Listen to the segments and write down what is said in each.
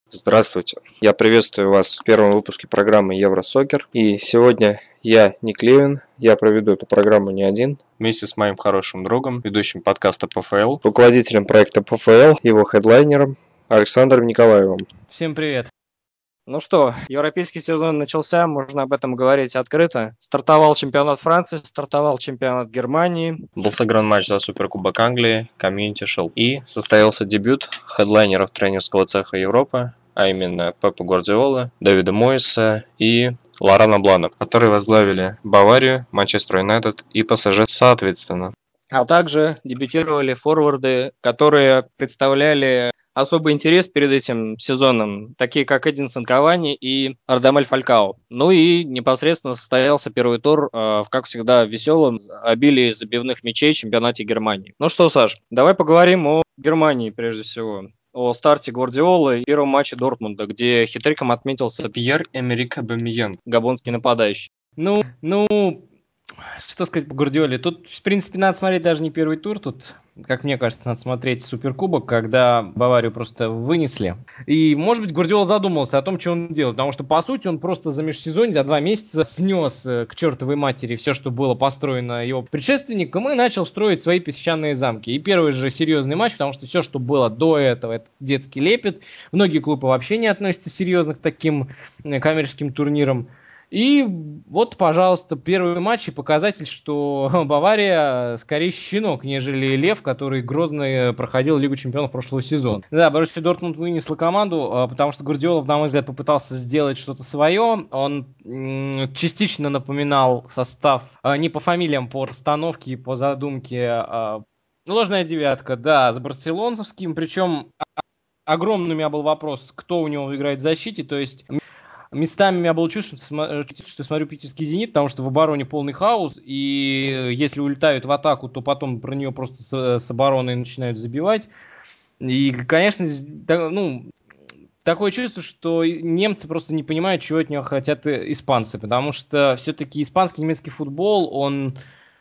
Здравствуйте. Я приветствую вас в первом выпуске программы Евросокер. И сегодня я, Ник Левин, я проведу эту программу не один. Вместе с моим хорошим другом, ведущим подкаста ПФЛ, руководителем проекта ПФЛ, его хедлайнером Александром Николаевым. Всем привет. Ну что, европейский сезон начался, можно об этом говорить открыто. Стартовал чемпионат Франции, стартовал чемпионат Германии. Был сыгран матч за Суперкубок Англии, Community Shield. И состоялся дебют хедлайнеров тренерского цеха Европы, а именно Пепа Гвардиолы, Дэвида Мойса и Лорана Блана, которые возглавили Баварию, Манчестер Юнайтед и ПСЖ соответственно. А также дебютировали форварды, которые представляли особый интерес перед этим сезоном, такие как Эдинсон Кавани и Радамель Фалькао. Ну и непосредственно состоялся первый тур, как всегда, в веселом обилии забивных мячей в чемпионате Германии. Ну что, Саш, давай поговорим о Германии прежде всего. О старте Гвардиолы и первом матче Дортмунда, где хитриком отметился Пьер-Эмерик Обамейянг, габонский нападающий. Что сказать по Гвардиоле? Тут, в принципе, надо смотреть даже не первый тур. Тут, как мне кажется, надо смотреть Суперкубок, когда Баварию просто вынесли. И, может быть, Гвардиола задумался о том, что он делает. Потому что, по сути, он просто за межсезонье, за 2 месяца снес к чертовой матери все, что было построено его предшественником, и начал строить свои песчаные замки. И первый же серьезный матч, потому что все, что было до этого, это детский лепет. Многие клубы вообще не относятся серьезно к таким коммерческим турнирам. И вот, пожалуйста, первый матч и показатель, что Бавария скорее щенок, нежели лев, который грозно проходил Лигу чемпионов прошлого сезона. Да, Боруссия Дортмунд вынесла команду, потому что Гвардиола, на мой взгляд, попытался сделать что-то свое. Он частично напоминал состав не по фамилиям, по расстановке и по задумке. Ложная девятка, да, с барселонцевским. Причем огромный у меня был вопрос, кто у него играет в защите, то есть... Местами у меня было чувство, что смотрю питерский «Зенит», потому что в обороне полный хаос, и если улетают в атаку, то потом про нее просто с обороны начинают забивать. И, конечно, такое чувство, что немцы просто не понимают, чего от него хотят испанцы, потому что все-таки испанский, немецкий футбол, он...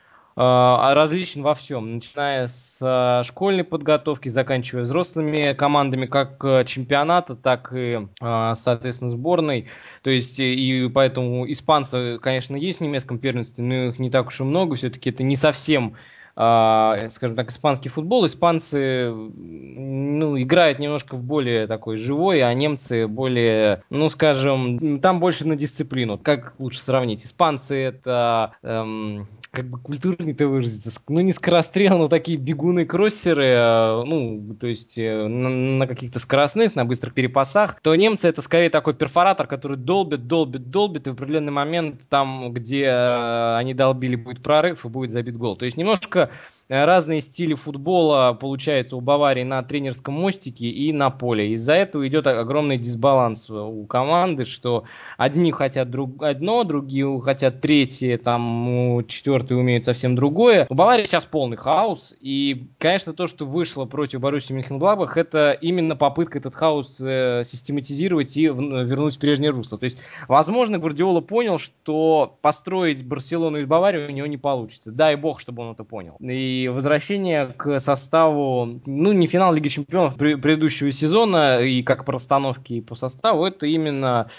различен во всем, начиная с школьной подготовки, заканчивая взрослыми командами как чемпионата, так и, соответственно, сборной. То есть, и поэтому испанцы, конечно, есть в немецком первенстве, но их не так уж и много, все-таки это не совсем, скажем так, испанский футбол. Испанцы, играют немножко в более такой живой, а немцы более, скажем, там больше на дисциплину. Как лучше сравнить? Испанцы это, как бы культурнее-то выразиться, не скорострел, но такие бегуны-кроссеры, то есть на каких-то скоростных, на быстрых перепасах, то немцы это скорее такой перфоратор, который долбит, и в определенный момент там, где они долбили, будет прорыв и будет забит гол. То есть немножко разные стили футбола получается у Баварии на тренерском мостике и на поле. Из-за этого идет огромный дисбаланс у команды, что одни хотят одно, другие хотят третье, четвертые умеют совсем другое. У Баварии сейчас полный хаос, и, конечно, то, что вышло против Боруссии Мönchengladbach, это именно попытка этот хаос систематизировать и вернуть в прежнее русло. То есть, возможно, Гвардиола понял, что построить Барселону из Баварии у него не получится. Дай бог, чтобы он это понял. И возвращение к составу, не финал Лиги Чемпионов предыдущего сезона, и как по расстановке, и по составу, это именно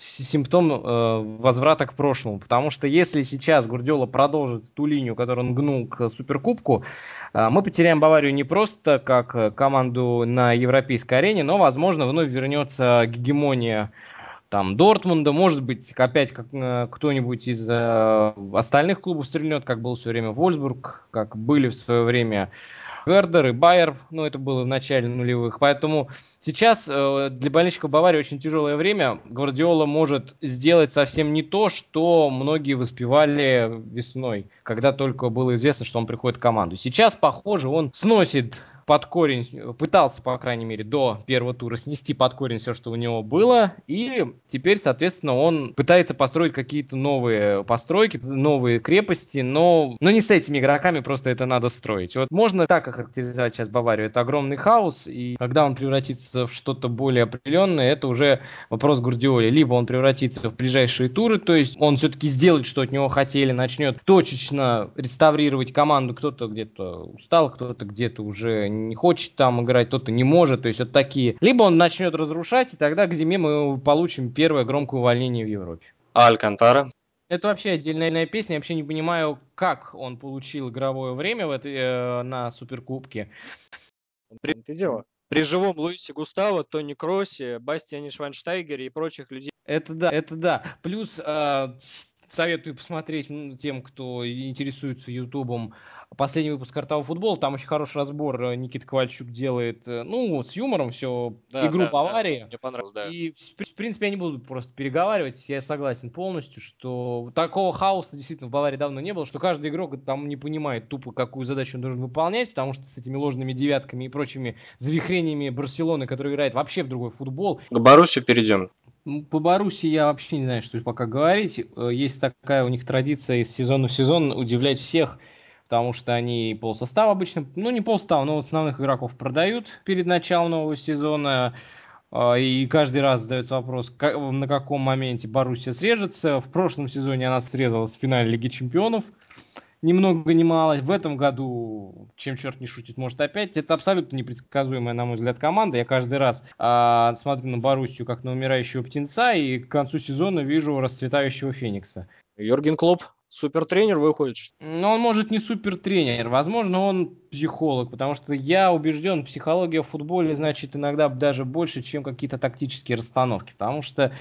симптом возврата к прошлому. Потому что если сейчас Гвардиола продолжит ту линию, которую он гнул к Суперкубку, мы потеряем Баварию не просто как команду на европейской арене, но, возможно, вновь вернется гегемония Дортмунда, может быть, опять кто-нибудь из остальных клубов стрельнет, как был в свое время Вольфсбург, как были в свое время Вердер и Байер, это было в начале нулевых. Поэтому сейчас для болельщиков Баварии очень тяжелое время. Гвардиола может сделать совсем не то, что многие воспевали весной, когда только было известно, что он приходит в команду. Сейчас, похоже, он сносит под корень, пытался, по крайней мере, до первого тура снести под корень все, что у него было, и теперь, соответственно, он пытается построить какие-то новые постройки, новые крепости, но не с этими игроками, просто это надо строить. Вот можно так охарактеризовать сейчас Баварию. Это огромный хаос, и когда он превратится в что-то более определенное, это уже вопрос Гвардиолы. Либо он превратится в ближайшие туры, то есть он все-таки сделает, что от него хотели, начнет точечно реставрировать команду, кто-то где-то устал, кто-то где-то уже не хочет там играть, кто-то не может, то есть вот такие. Либо он начнет разрушать, и тогда к зиме мы получим первое громкое увольнение в Европе. А Алькантара? Это вообще отдельная песня, я вообще не понимаю, как он получил игровое время на Суперкубке. Ты дело. При живом Луисе Густаво, Тони Кроссе, Бастиане Швайнштайгере и прочих людей. Это да. Плюс советую посмотреть тем, кто интересуется Ютубом, последний выпуск «Картавого футбола». Там очень хороший разбор Никита Ковальчук делает, с юмором все, игру Баварии. Мне понравилось, да. И, в принципе, я не буду просто переговаривать, я согласен полностью, что такого хаоса действительно в Баварии давно не было, что каждый игрок там не понимает тупо, какую задачу он должен выполнять, потому что с этими ложными девятками и прочими завихрениями Барселоны, который играет вообще в другой футбол. К Боруссию перейдем. По Боруссии я вообще не знаю, что пока говорить. Есть такая у них традиция из сезона в сезон удивлять всех, потому что они полсостав обычно, не полсостав, но основных игроков продают перед началом нового сезона. И каждый раз задается вопрос, на каком моменте Боруссия срежется. В прошлом сезоне она срезалась в финале Лиги Чемпионов. Ни много ни мало. В этом году, чем черт не шутит, может опять. Это абсолютно непредсказуемая, на мой взгляд, команда. Я каждый раз смотрю на Боруссию как на умирающего птенца, и к концу сезона вижу расцветающего феникса. Йорген Клопп, супертренер выходит. Но он, может, не супертренер. Возможно, он психолог, потому что я убежден, психология в футболе значит иногда даже больше, чем какие-то тактические расстановки. Потому что,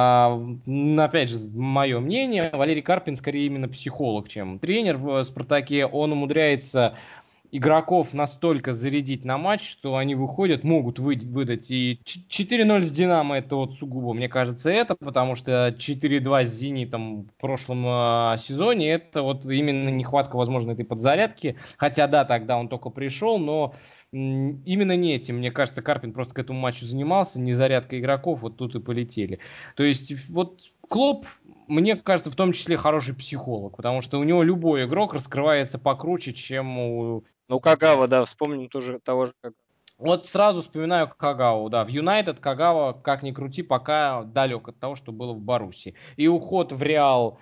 опять же, мое мнение, Валерий Карпин скорее именно психолог, чем тренер в «Спартаке». Он умудряется игроков настолько зарядить на матч, что они могут выдать. И 4-0 с «Динамо» это вот сугубо, мне кажется, это, потому что 4-2 с «Зенитом» в прошлом сезоне, это вот именно нехватка, возможно, этой подзарядки. Хотя, да, тогда он только пришел, но именно не этим, мне кажется, Карпин просто к этому матчу занимался, не зарядка игроков, вот тут и полетели. То есть, вот Клопп, мне кажется, в том числе хороший психолог, потому что у него любой игрок раскрывается покруче, чем у... Кагава, да, вспомним тоже того же Кагава. Вот сразу вспоминаю Кагаву, да. В Юнайтед Кагава, как ни крути, пока далек от того, что было в Боруссии. И уход в Реал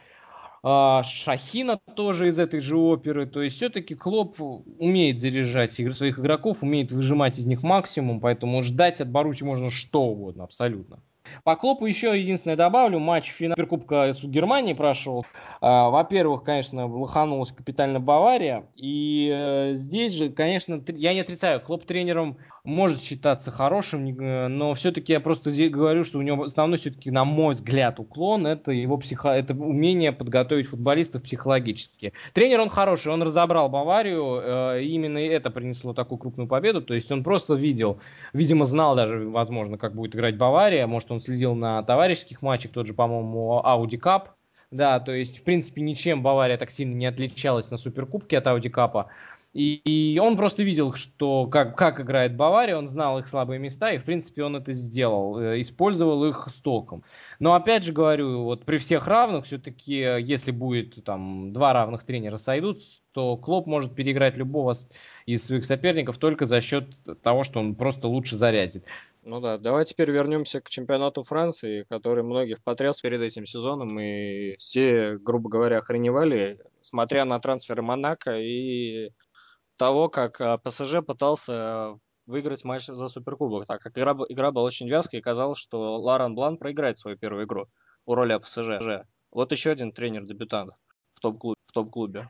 Шахина тоже из этой же оперы. То есть все-таки Клопп умеет заряжать своих игроков, умеет выжимать из них максимум, поэтому ждать от Боруссии можно что угодно, абсолютно. По Клопу еще единственное добавлю. Матч финала Суперкубка с Германии прошел. Во-первых, конечно, лоханулась капитально Бавария. И здесь же, конечно, я не отрицаю, Клоп тренером может считаться хорошим, но все-таки я просто говорю, что у него основной все-таки, на мой взгляд, уклон это его это умение подготовить футболистов психологически. Тренер он хороший, он разобрал Баварию, и именно это принесло такую крупную победу. То есть он просто видимо, знал даже, возможно, как будет играть Бавария. Может, он следил на товарищеских матчах, тот же, по-моему, Audi Cup. Да, то есть, в принципе, ничем Бавария так сильно не отличалась на Суперкубке от Audi Cup. И он просто видел, что как играет Бавария, он знал их слабые места, и, в принципе, он это сделал, использовал их с толком. Но, опять же говорю, вот при всех равных, все-таки, если будет там два равных тренера сойдутся, то Клопп может переиграть любого из своих соперников только за счет того, что он просто лучше зарядит. Ну да, давай теперь вернемся к чемпионату Франции, который многих потряс перед этим сезоном, и все, грубо говоря, охреневали, смотря на трансферы Монако и того, как ПСЖ пытался выиграть матч за Суперкубок, так как игра была очень вязкой, и казалось, что Лоран Блан проиграет свою первую игру у роли ПСЖ. Вот еще один тренер-дебютант в топ-клубе.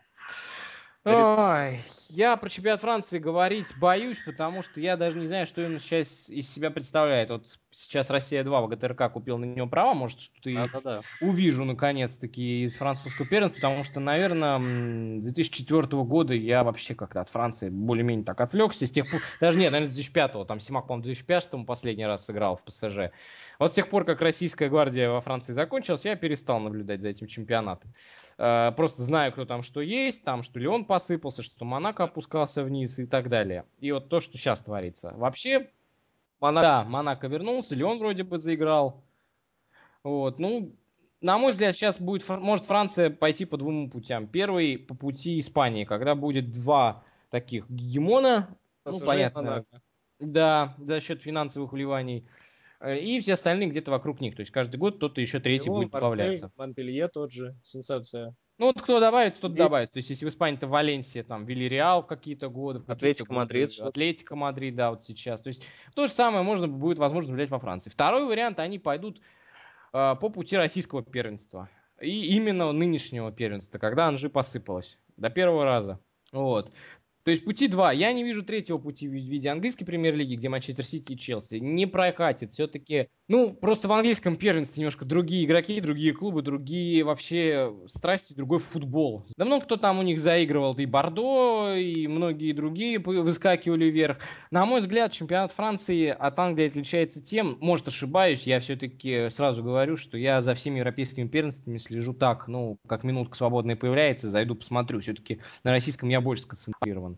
Ой, я про чемпионат Франции говорить боюсь, потому что я даже не знаю, что он сейчас из себя представляет. Вот сейчас Россия-2 ВГТРК купил на него права, может, что-то и увижу наконец-таки из французского первенства, потому что, наверное, с 2004 года я вообще как-то от Франции более-менее так отвлекся. С тех пор, даже нет, наверное, с 2005-го, там Симак, по-моему, в 2005-м последний раз сыграл в ПСЖ. Вот с тех пор, как российская гвардия во Франции закончилась, я перестал наблюдать за этим чемпионатом. Просто знаю, кто там что есть, там что Лион посыпался, что Монако опускался вниз и так далее. И вот то, что сейчас творится. Вообще, Монако вернулся, Лион вроде бы заиграл. Вот, на мой взгляд, сейчас может Франция пойти по двум путям. Первый по пути Испании, когда будет два таких гегемона, понятно. Монако. Да, за счет финансовых вливаний. И все остальные где-то вокруг них. То есть каждый год кто-то еще третий будет добавляться. Монпелье тот же, сенсация. Ну вот кто добавится, тот И добавит. То есть если в Испании это Валенсия, там, Вильяреал в какие-то годы, в какие-то Атлетико годы Мадрид, что Атлетико Мадрид, да, вот сейчас. То есть то же самое можно будет, возможно, наблюдать во Франции. Второй вариант, они пойдут по пути российского первенства. И именно нынешнего первенства, когда Анжи посыпалась. До первого раза. Вот. То есть пути два. Я не вижу третьего пути в виде английской премьер-лиги, где Манчестер Сити и Челси. Не прокатит. Все-таки, ну, просто в английском первенстве немножко другие игроки, другие клубы, другие вообще страсти, другой футбол. Давно кто там у них заигрывал. И Бордо, и многие другие выскакивали вверх. На мой взгляд, чемпионат Франции от Англии отличается тем, может ошибаюсь, я все-таки сразу говорю, что я за всеми европейскими первенствами слежу так, ну, как минутка свободная появляется, зайду посмотрю. Все-таки на российском я больше сконцентрирован.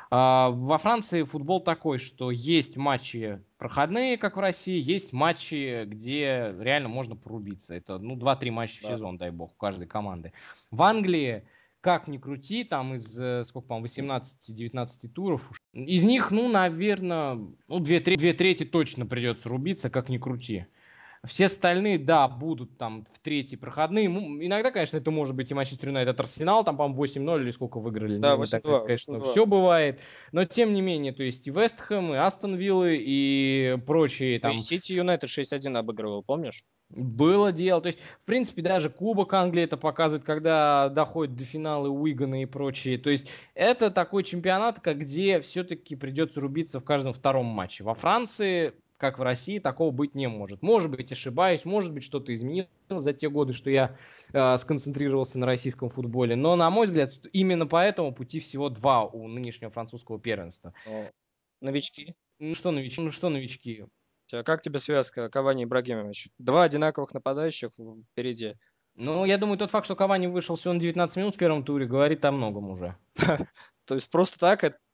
Во Франции футбол такой, что есть матчи проходные, как в России, есть матчи, где реально можно порубиться. Это, ну, 2-3 матча в да. сезон, дай бог, у каждой команды. В Англии, как ни крути, там из, сколько, по-моему, 18-19 туров, из них, ну, наверное, ну, две трети точно придется рубиться, как ни крути. Все остальные, да, будут там в третьей проходные. Иногда, конечно, это может быть и Манчестер Юнайтед, Арсенал, там, по-моему, 8-0 или сколько выиграли. Да, Не так, 8-2. конечно, 8-2. все бывает. Но, тем не менее, то есть и Вест Хэм, и Астон Виллы, и прочие Ну и там Сити Юнайтед 6-1 обыгрывал, помнишь? было дело. То есть, в принципе, даже Кубок Англии это показывает, когда доходит до финала Уигана и прочие. То есть, это такой чемпионат, где все-таки придется рубиться в каждом втором матче. Во Франции, как в России, такого быть не может. Может быть, ошибаюсь, может быть, что-то изменилось за те годы, что я сконцентрировался на российском футболе. Но, на мой взгляд, именно поэтому пути всего два у нынешнего французского первенства. Но новички. Ну что новички? Ну что новички? А как тебе связка Кавани и Ибрагимович? Два одинаковых нападающих впереди. Ну, я думаю, тот факт, что Кавани вышел всего на 19 минут в первом туре, говорит о многом уже. То есть просто так это...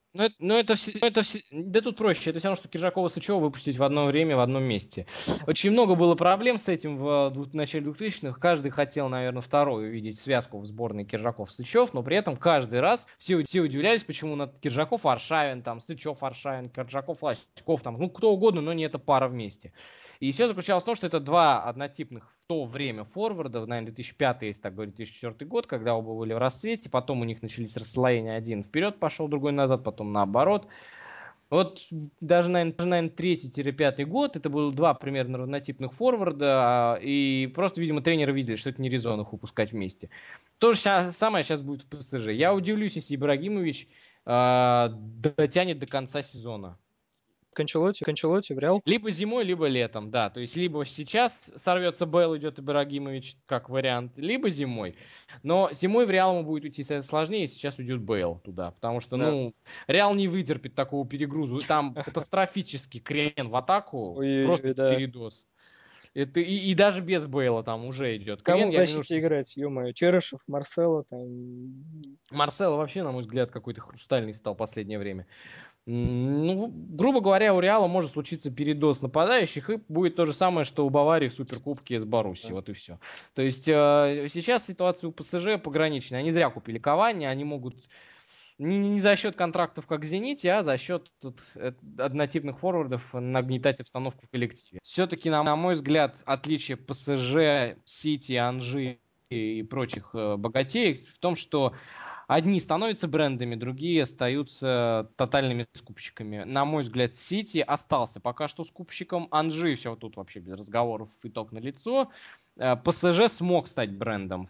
Да тут проще. Это все равно, что Киржакова Сычева выпустить в одно время, в одном месте. Очень много было проблем с этим в начале 2000-х. Каждый хотел, наверное, второй увидеть связку в сборной Киржаков-Сычев, но при этом каждый раз все удивлялись, почему на Киржаков-Аршавин, там, Сычев-Аршавин, Киржаков-Лоськов, там, ну, кто угодно, но не эта пара вместе. И все заключалось в том, что это два однотипных в то время форварда, наверное, 2005, если так говорить, 2004 год, когда оба были в расцвете, потом у них начались расслоения, один вперед пошел, другой назад, потом наоборот. Вот даже, наверное, 3-5 год, это было два примерно равнотипных форварда, и просто, видимо, тренеры видели, что это не резон их выпускать вместе. То же самое сейчас будет в ПСЖ. Я удивлюсь, если Ибрагимович дотянет до конца сезона. Кончелоти в Реал? Либо зимой, либо летом, да. То есть, либо сейчас сорвется Бейл, идет Ибрагимович, как вариант, либо зимой. Но зимой в Реал ему будет уйти сложнее, если сейчас уйдет Бейл туда. Потому что, Да. ну, Реал не вытерпит такого перегруза. Там катастрофический крен в атаку, Ой-ой-ой, просто да. передоз. Это и даже без Бейла там уже идет. Кому Крен, в я имею в виду, защите что играть, ё-моё? Черышев, Марсело, там... Марсело вообще, на мой взгляд, какой-то хрустальный стал в последнее время. Ну, грубо говоря, у Реала может случиться передоз нападающих, и будет то же самое, что у Баварии в Суперкубке с Боруссией. Вот и все. То есть сейчас ситуация у ПСЖ пограничная. Они зря купили Кавани, они могут не за счет контрактов, как в «Зените», а за счет однотипных форвардов нагнетать обстановку в коллективе. Все-таки, на мой взгляд, отличие ПСЖ, Сити, Анжи и прочих богатеев в том, что одни становятся брендами, другие остаются тотальными скупщиками. На мой взгляд, Сити остался пока что скупщиком. Анжи, все тут вообще без разговоров, итог налицо. ПСЖ смог стать брендом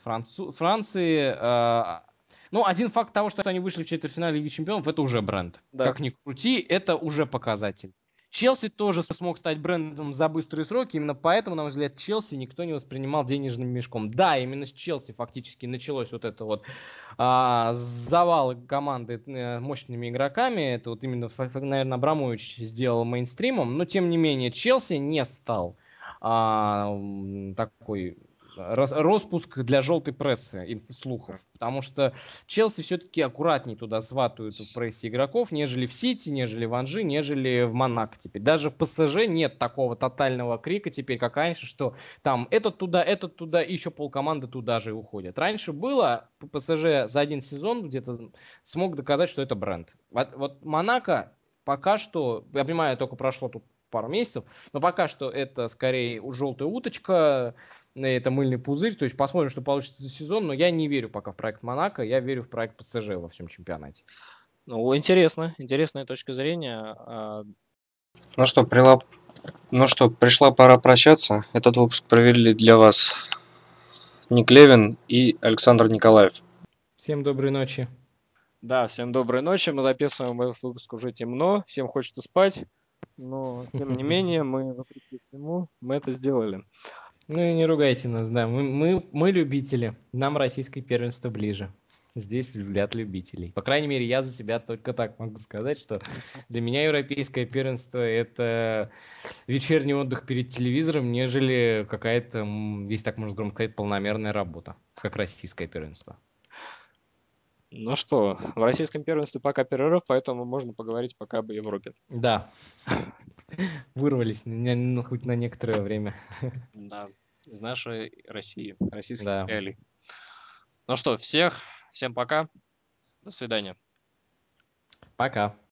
Франции. Ну, один факт того, что они вышли в четвертьфинале Лиги Чемпионов, это уже бренд. Да. Как ни крути, это уже показатель. Челси тоже смог стать брендом за быстрые сроки, именно поэтому, на мой взгляд, Челси никто не воспринимал денежным мешком. Да, именно с Челси фактически началось вот это вот завал команды мощными игроками. Это вот именно, наверное, Абрамович сделал мейнстримом, но тем не менее Челси не стал такой распуск для желтой прессы, слухов. Потому что Челси все-таки аккуратнее туда сватают в прессе игроков, нежели в Сити, нежели в Анжи, нежели в Монако теперь. Даже в ПСЖ нет такого тотального крика теперь, как раньше, что там этот туда, и еще полкоманды туда же уходят. Раньше было, ПСЖ за один сезон где-то смог доказать, что это бренд. Вот Монако пока что, я понимаю, только прошло тут пару месяцев. Но пока что это скорее желтая уточка, это мыльный пузырь. То есть посмотрим, что получится за сезон. Но я не верю пока в проект Монако, я верю в проект ПСЖ во всем чемпионате. Ну, интересная точка зрения. Ну что, пришла пора прощаться. Этот выпуск провели для вас Ник Левин и Александр Николаев. Всем доброй ночи. Да, всем доброй ночи. Мы записываем этот выпуск уже темно, всем хочется спать, но тем не менее мы, вопреки всему, мы это сделали. Ну и не ругайте нас, да. Мы любители. Нам российское первенство ближе. Здесь взгляд любителей. По крайней мере, я за себя только так могу сказать, что для меня европейское первенство — это вечерний отдых перед телевизором, нежели какая-то, если так можно громко сказать, полномерная работа, как российское первенство. Ну что, в российском первенстве пока перерыв, поэтому можно поговорить пока об Европе. Да. Вырвались хоть на некоторое время. Да, из нашей России, российских Да. реалий. Ну что, всем пока, до свидания. Пока.